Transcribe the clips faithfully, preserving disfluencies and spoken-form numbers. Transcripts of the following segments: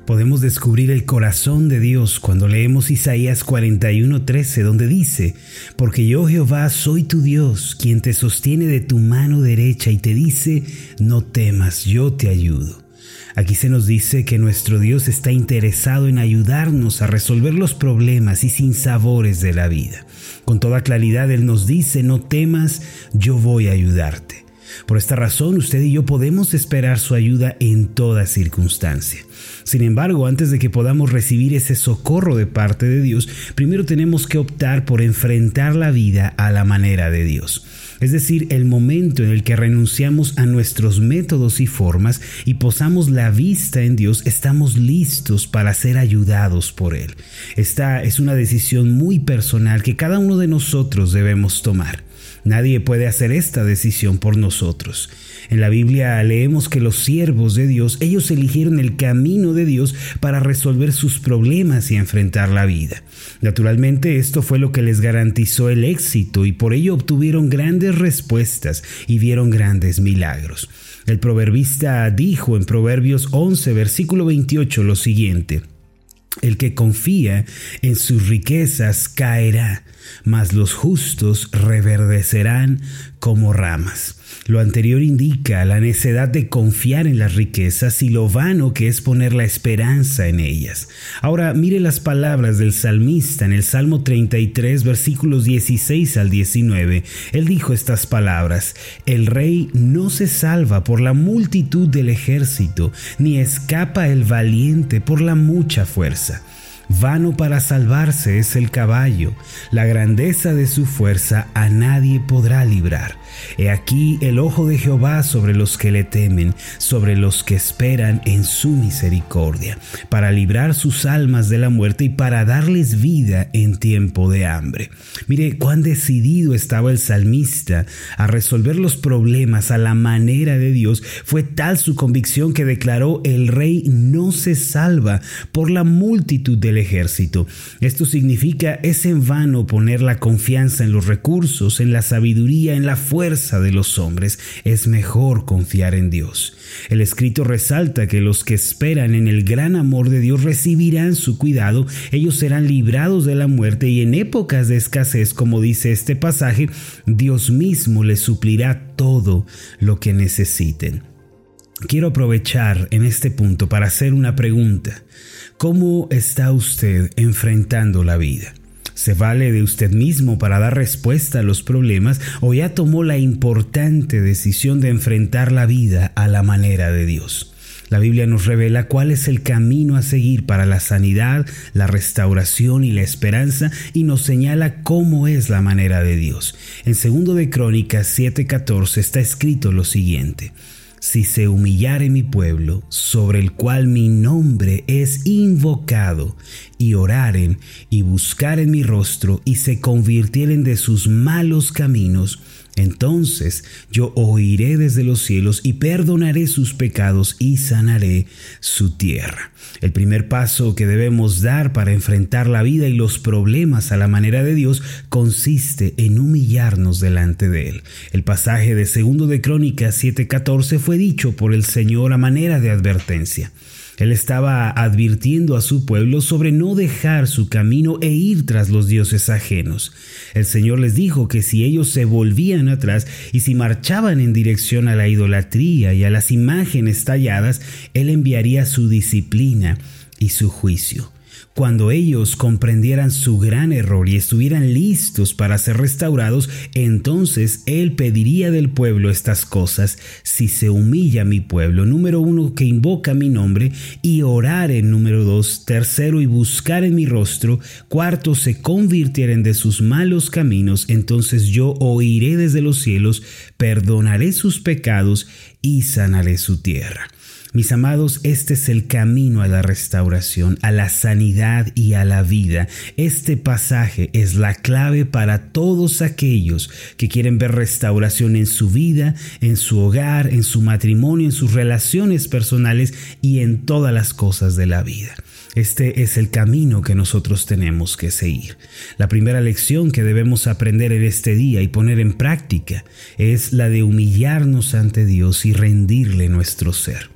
Podemos descubrir el corazón de Dios cuando leemos Isaías cuarenta y uno trece, donde dice: porque yo, Jehová, soy tu Dios, quien te sostiene de tu mano derecha y te dice: no temas, yo te ayudo. Aquí se nos dice que nuestro Dios está interesado en ayudarnos a resolver los problemas y sinsabores de la vida. Con toda claridad Él nos dice: no temas, yo voy a ayudarte. Por esta razón, usted y yo podemos esperar su ayuda en toda circunstancia. Sin embargo, antes de que podamos recibir ese socorro de parte de Dios, primero tenemos que optar por enfrentar la vida a la manera de Dios. Es decir, el momento en el que renunciamos a nuestros métodos y formas y posamos la vista en Dios, estamos listos para ser ayudados por Él. Esta es una decisión muy personal que cada uno de nosotros debemos tomar. Nadie puede hacer esta decisión por nosotros. En la Biblia leemos que los siervos de Dios, ellos eligieron el camino de Dios para resolver sus problemas y enfrentar la vida. Naturalmente, esto fue lo que les garantizó el éxito y por ello obtuvieron grandes respuestas y vieron grandes milagros. El proverbista dijo en Proverbios once, versículo veintiocho, lo siguiente: el que confía en sus riquezas caerá, mas los justos reverdecerán como ramas. Lo anterior indica la necedad de confiar en las riquezas y lo vano que es poner la esperanza en ellas. Ahora mire las palabras del salmista en el Salmo treinta y tres, versículos dieciséis al diecinueve. Él dijo estas palabras: el rey no se salva por la multitud del ejército, ni escapa el valiente por la mucha fuerza. Vano para salvarse es el caballo, la grandeza de su fuerza a nadie podrá librar. He aquí el ojo de Jehová sobre los que le temen, sobre los que esperan en su misericordia, para librar sus almas de la muerte y para darles vida en tiempo de hambre. Mire cuán decidido estaba el salmista a resolver los problemas a la manera de Dios. Fue tal su convicción que declaró: el rey no se salva por la multitud del ejército. Esto significa: es en vano poner la confianza en los recursos, en la sabiduría, en la fuerza de los hombres. Es mejor confiar en Dios. El escrito resalta que los que esperan en el gran amor de Dios recibirán su cuidado. Ellos serán librados de la muerte y en épocas de escasez, como dice este pasaje, Dios mismo les suplirá todo lo que necesiten. Quiero aprovechar en este punto para hacer una pregunta. ¿Cómo está usted enfrentando la vida? ¿Se vale de usted mismo para dar respuesta a los problemas o ya tomó la importante decisión de enfrentar la vida a la manera de Dios? La Biblia nos revela cuál es el camino a seguir para la sanidad, la restauración y la esperanza, y nos señala cómo es la manera de Dios. En segundo de Crónicas siete catorce está escrito lo siguiente: si se humillare mi pueblo, sobre el cual mi nombre es invocado, y oraren y buscaren mi rostro, y se convirtieren de sus malos caminos, entonces yo oiré desde los cielos y perdonaré sus pecados y sanaré su tierra. El primer paso que debemos dar para enfrentar la vida y los problemas a la manera de Dios consiste en humillarnos delante de Él. El pasaje de segundo de Crónicas siete catorce fue dicho por el Señor a manera de advertencia. Él estaba advirtiendo a su pueblo sobre no dejar su camino e ir tras los dioses ajenos. El Señor les dijo que si ellos se volvían atrás y si marchaban en dirección a la idolatría y a las imágenes talladas, Él enviaría su disciplina y su juicio. Cuando ellos comprendieran su gran error y estuvieran listos para ser restaurados, entonces Él pediría del pueblo estas cosas: si se humilla mi pueblo, número uno, que invoca mi nombre, y orar en número dos, tercero, y buscar en mi rostro, cuarto, se convirtieren de sus malos caminos, entonces yo oiré desde los cielos, perdonaré sus pecados y sanaré su tierra. Mis amados, este es el camino a la restauración, a la sanidad y a la vida. Este pasaje es la clave para todos aquellos que quieren ver restauración en su vida, en su hogar, en su matrimonio, en sus relaciones personales y en todas las cosas de la vida. Este es el camino que nosotros tenemos que seguir. La primera lección que debemos aprender en este día y poner en práctica es la de humillarnos ante Dios y rendirle nuestro ser.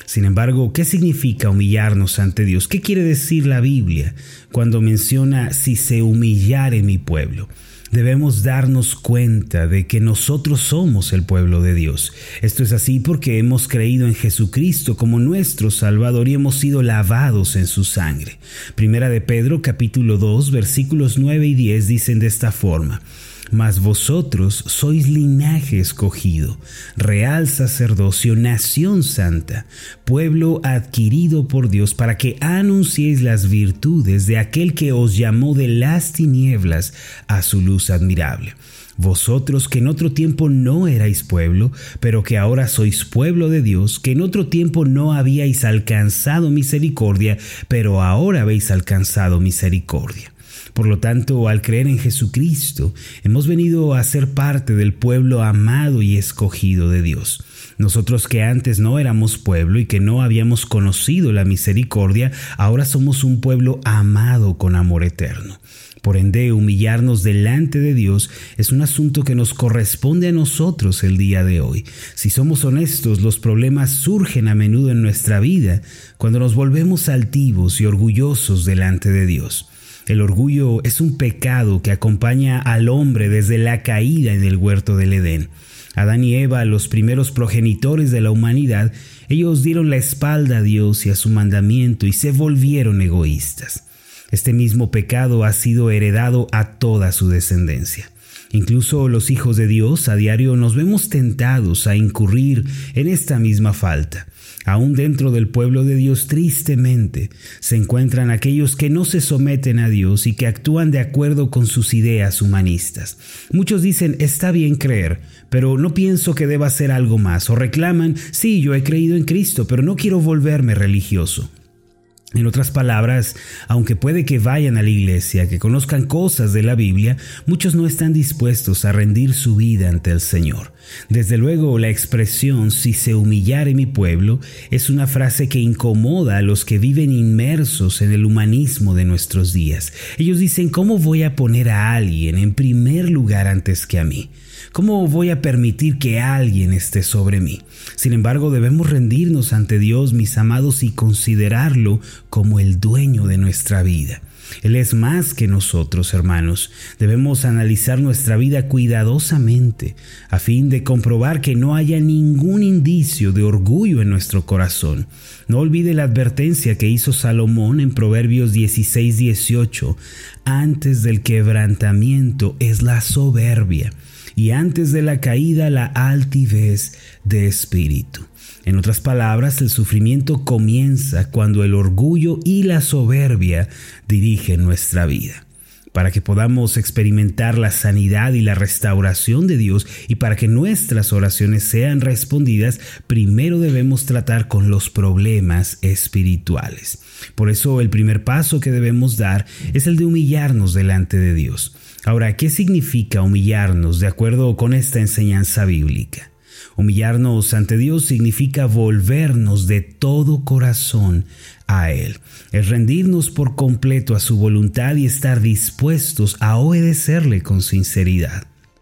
Sin embargo, ¿qué significa humillarnos ante Dios? ¿Qué quiere decir la Biblia cuando menciona si se humillare mi pueblo? Debemos darnos cuenta de que nosotros somos el pueblo de Dios. Esto es así porque hemos creído en Jesucristo como nuestro Salvador y hemos sido lavados en su sangre. Primera de Pedro, capítulo dos, versículos nueve y diez dicen de esta forma: Mas vosotros sois linaje escogido, real sacerdocio, nación santa, pueblo adquirido por Dios, para que anunciéis las virtudes de aquel que os llamó de las tinieblas a su luz admirable. Vosotros que en otro tiempo no erais pueblo, pero que ahora sois pueblo de Dios, que en otro tiempo no habíais alcanzado misericordia, pero ahora habéis alcanzado misericordia. Por lo tanto, al creer en Jesucristo, hemos venido a ser parte del pueblo amado y escogido de Dios. Nosotros que antes no éramos pueblo y que no habíamos conocido la misericordia, ahora somos un pueblo amado con amor eterno. Por ende, humillarnos delante de Dios es un asunto que nos corresponde a nosotros el día de hoy. Si somos honestos, los problemas surgen a menudo en nuestra vida cuando nos volvemos altivos y orgullosos delante de Dios. El orgullo es un pecado que acompaña al hombre desde la caída en el huerto del Edén. Adán y Eva, los primeros progenitores de la humanidad, ellos dieron la espalda a Dios y a su mandamiento y se volvieron egoístas. Este mismo pecado ha sido heredado a toda su descendencia. Incluso los hijos de Dios a diario nos vemos tentados a incurrir en esta misma falta. Aún dentro del pueblo de Dios, tristemente, se encuentran aquellos que no se someten a Dios y que actúan de acuerdo con sus ideas humanistas. Muchos dicen, está bien creer, pero no pienso que deba hacer algo más. O reclaman, sí, yo he creído en Cristo, pero no quiero volverme religioso. En otras palabras, aunque puede que vayan a la iglesia, que conozcan cosas de la Biblia, muchos no están dispuestos a rendir su vida ante el Señor. Desde luego, la expresión «si se humillare mi pueblo» es una frase que incomoda a los que viven inmersos en el humanismo de nuestros días. Ellos dicen, ¿cómo voy a poner a alguien en primer lugar antes que a mí? ¿Cómo voy a permitir que alguien esté sobre mí? Sin embargo, debemos rendirnos ante Dios, mis amados, y considerarlo como el dueño de nuestra vida. Él es más que nosotros, hermanos. Debemos analizar nuestra vida cuidadosamente a fin de comprobar que no haya ningún indicio de orgullo en nuestro corazón. No olvide la advertencia que hizo Salomón en Proverbios dieciséis dieciocho. Antes del quebrantamiento es la soberbia, y antes de la caída la altivez de espíritu. En otras palabras, el sufrimiento comienza cuando el orgullo y la soberbia dirigen nuestra vida. Para que podamos experimentar la sanidad y la restauración de Dios y para que nuestras oraciones sean respondidas, primero debemos tratar con los problemas espirituales. Por eso el primer paso que debemos dar es el de humillarnos delante de Dios. Ahora, ¿qué significa humillarnos de acuerdo con esta enseñanza bíblica? Humillarnos ante Dios significa volvernos de todo corazón a Él. Es rendirnos por completo a su voluntad y estar dispuestos a obedecerle con sinceridad.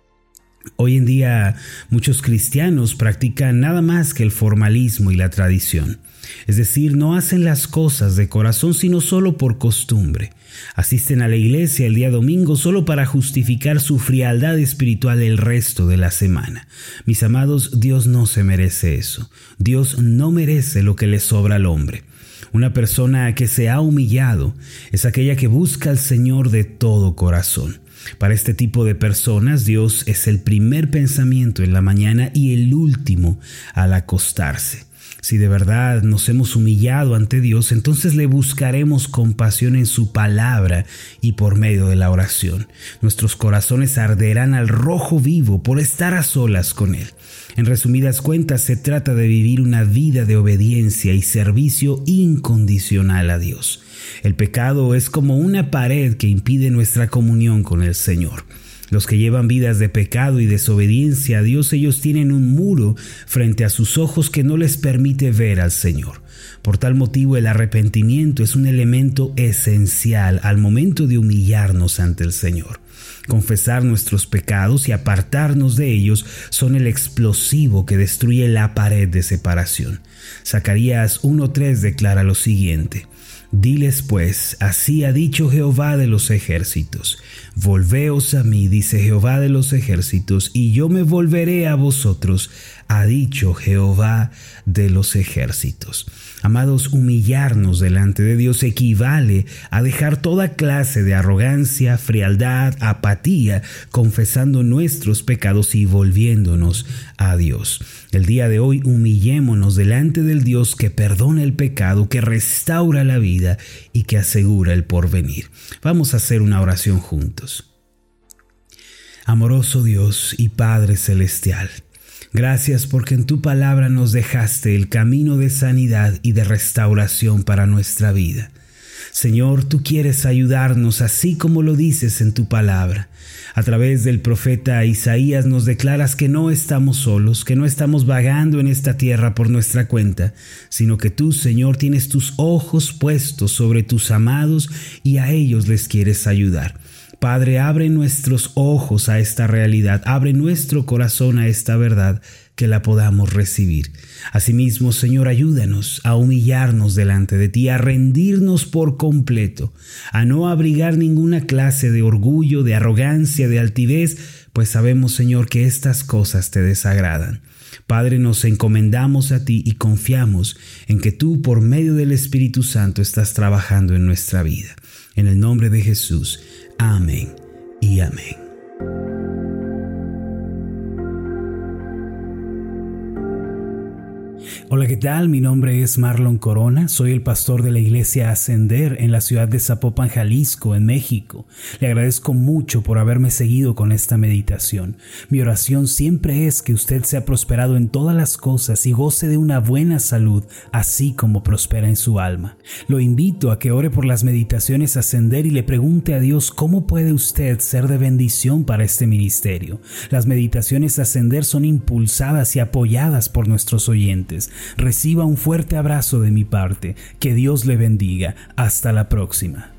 Hoy en día muchos cristianos practican nada más que el formalismo y la tradición. Es decir, no hacen las cosas de corazón sino solo por costumbre. Asisten a la iglesia el día domingo solo para justificar su frialdad espiritual el resto de la semana. Mis amados, Dios no se merece eso. Dios no merece lo que le sobra al hombre. Una persona que se ha humillado es aquella que busca al Señor de todo corazón. Para este tipo de personas, Dios es el primer pensamiento en la mañana y el último al acostarse. Si de verdad nos hemos humillado ante Dios, entonces le buscaremos compasión en su palabra y por medio de la oración. Nuestros corazones arderán al rojo vivo por estar a solas con Él. En resumidas cuentas, se trata de vivir una vida de obediencia y servicio incondicional a Dios. El pecado es como una pared que impide nuestra comunión con el Señor. Los que llevan vidas de pecado y desobediencia a Dios, ellos tienen un muro frente a sus ojos que no les permite ver al Señor. Por tal motivo, el arrepentimiento es un elemento esencial al momento de humillarnos ante el Señor. Confesar nuestros pecados y apartarnos de ellos son el explosivo que destruye la pared de separación. Zacarías uno tres declara lo siguiente: Diles pues, así ha dicho Jehová de los ejércitos: Volveos a mí, dice Jehová de los ejércitos, y yo me volveré a vosotros, ha dicho Jehová de los ejércitos. Amados, humillarnos delante de Dios equivale a dejar toda clase de arrogancia, frialdad, apatía, confesando nuestros pecados y volviéndonos a Dios. El día de hoy humillémonos delante del Dios que perdona el pecado, que restaura la vida y que asegura el porvenir. Vamos a hacer una oración juntos. Amoroso Dios y Padre Celestial, gracias porque en tu palabra nos dejaste el camino de sanidad y de restauración para nuestra vida. Señor, tú quieres ayudarnos así como lo dices en tu palabra. A través del profeta Isaías nos declaras que no estamos solos, que no estamos vagando en esta tierra por nuestra cuenta, sino que tú, Señor, tienes tus ojos puestos sobre tus amados y a ellos les quieres ayudar. Padre, abre nuestros ojos a esta realidad, abre nuestro corazón a esta verdad, que la podamos recibir. Asimismo, Señor, ayúdanos a humillarnos delante de ti, a rendirnos por completo, a no abrigar ninguna clase de orgullo, de arrogancia, de altivez, pues sabemos, Señor, que estas cosas te desagradan. Padre, nos encomendamos a ti y confiamos en que tú, por medio del Espíritu Santo, estás trabajando en nuestra vida. En el nombre de Jesús. Amén y amén. Hola, ¿qué tal? Mi nombre es Marlon Corona, soy el pastor de la iglesia Ascender en la ciudad de Zapopan, Jalisco, en México. Le agradezco mucho por haberme seguido con esta meditación. Mi oración siempre es que usted sea prosperado en todas las cosas y goce de una buena salud, así como prospera en su alma. Lo invito a que ore por las meditaciones Ascender y le pregunte a Dios cómo puede usted ser de bendición para este ministerio. Las meditaciones Ascender son impulsadas y apoyadas por nuestros oyentes. Reciba un fuerte abrazo de mi parte. Que Dios le bendiga. Hasta la próxima.